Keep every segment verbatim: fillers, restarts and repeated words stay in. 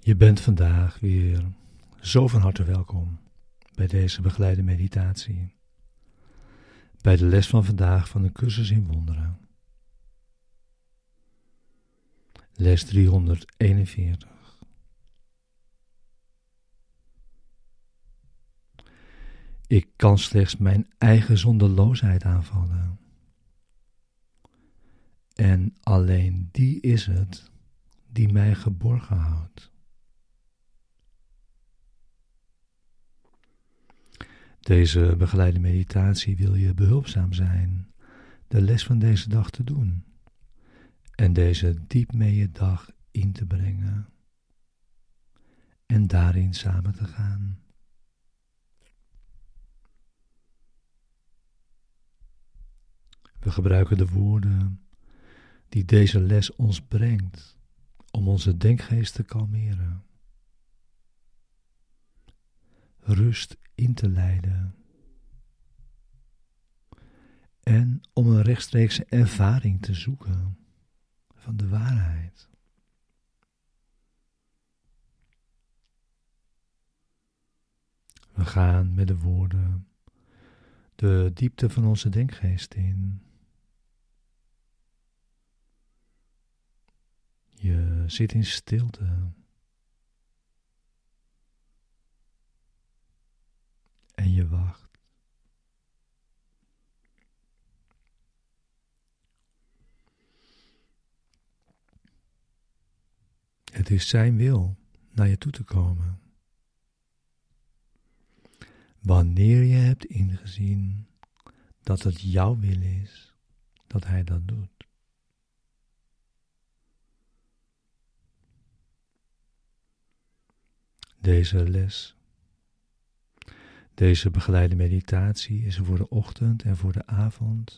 Je bent vandaag weer zo van harte welkom bij deze begeleide meditatie. Bij de les van vandaag van de cursus in wonderen. Les driehonderdeenenveertig. Ik kan slechts mijn eigen zondeloosheid aanvallen. En alleen die is het die mij geborgen houdt. Deze begeleide meditatie wil je behulpzaam zijn de les van deze dag te doen en deze diep mee je dag in te brengen en daarin samen te gaan. We gebruiken de woorden die deze les ons brengt om onze denkgeest te kalmeren, rust in te leiden en om een rechtstreekse ervaring te zoeken van de waarheid. We gaan met de woorden de diepte van onze denkgeest in. Je zit in stilte. En je wacht. Het is zijn wil naar je toe te komen. Wanneer je hebt ingezien dat het jouw wil is dat hij dat doet. Deze les, deze begeleide meditatie is er voor de ochtend en voor de avond.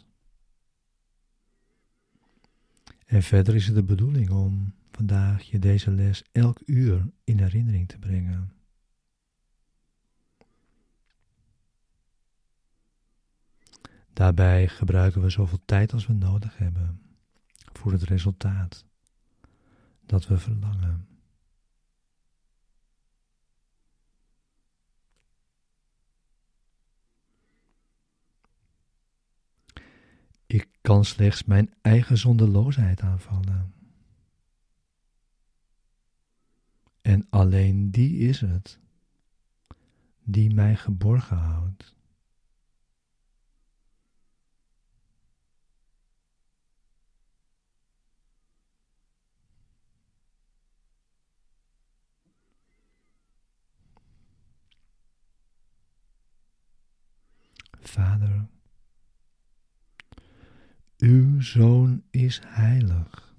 En verder is het de bedoeling om vandaag je deze les elk uur in herinnering te brengen. Daarbij gebruiken we zoveel tijd als we nodig hebben voor het resultaat dat we verlangen. Ik kan slechts mijn eigen zondeloosheid aanvallen. En alleen die is het die mij geborgen houdt. Vader, uw Zoon is heilig.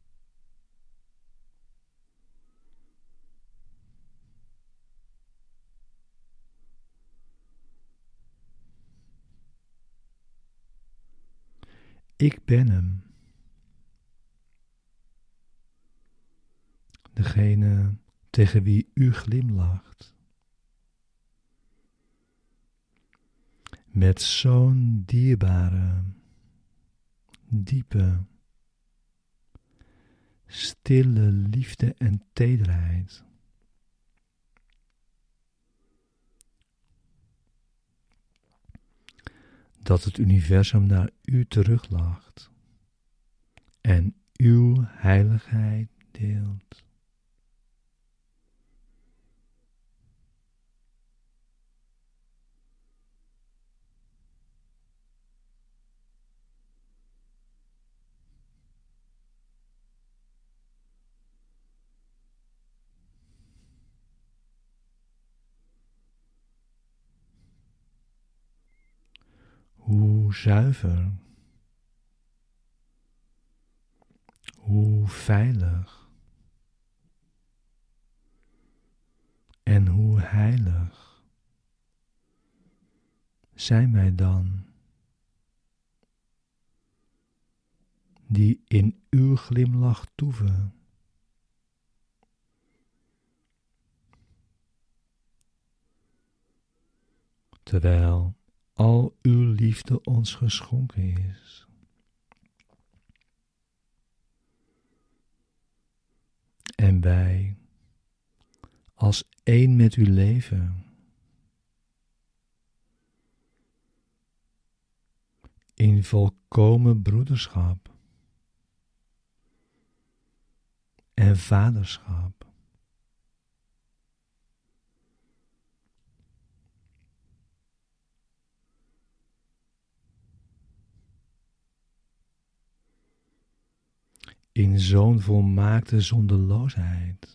Ik ben hem. Degene tegen wie u glimlacht. Met zo'n dierbare, diepe, stille liefde en tederheid. Dat het universum naar u teruglacht en uw heiligheid deelt. Hoe zuiver, hoe veilig en hoe heilig zijn wij dan, die in uw glimlach toeven. Terwijl al uw liefde ons geschonken is. En wij als één met uw leven. In volkomen broederschap en vaderschap. In zo'n volmaakte zonderloosheid.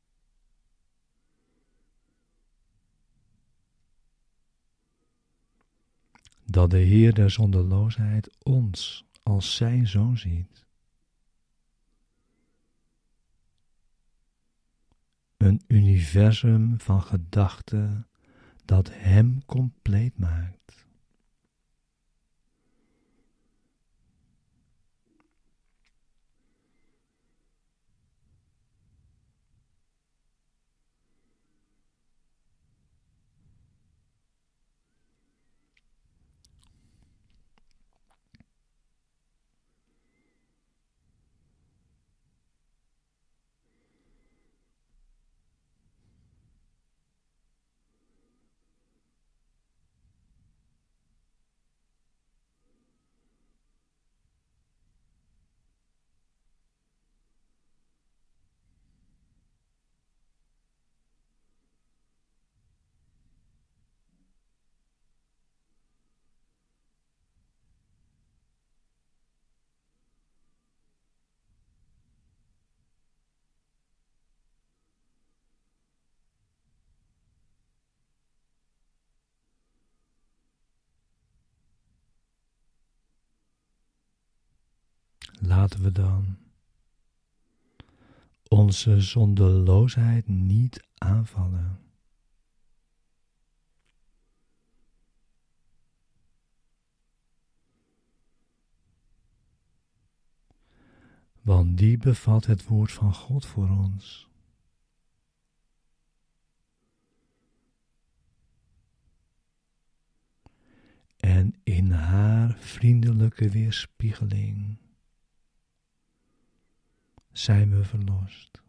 Dat de Heer der zonderloosheid ons als zijn zoon ziet. Een universum van gedachten dat hem compleet maakt. Laten we dan onze zonderloosheid niet aanvallen. Want die bevat het woord van God voor ons. En in haar vriendelijke weerspiegeling zijn we verlost.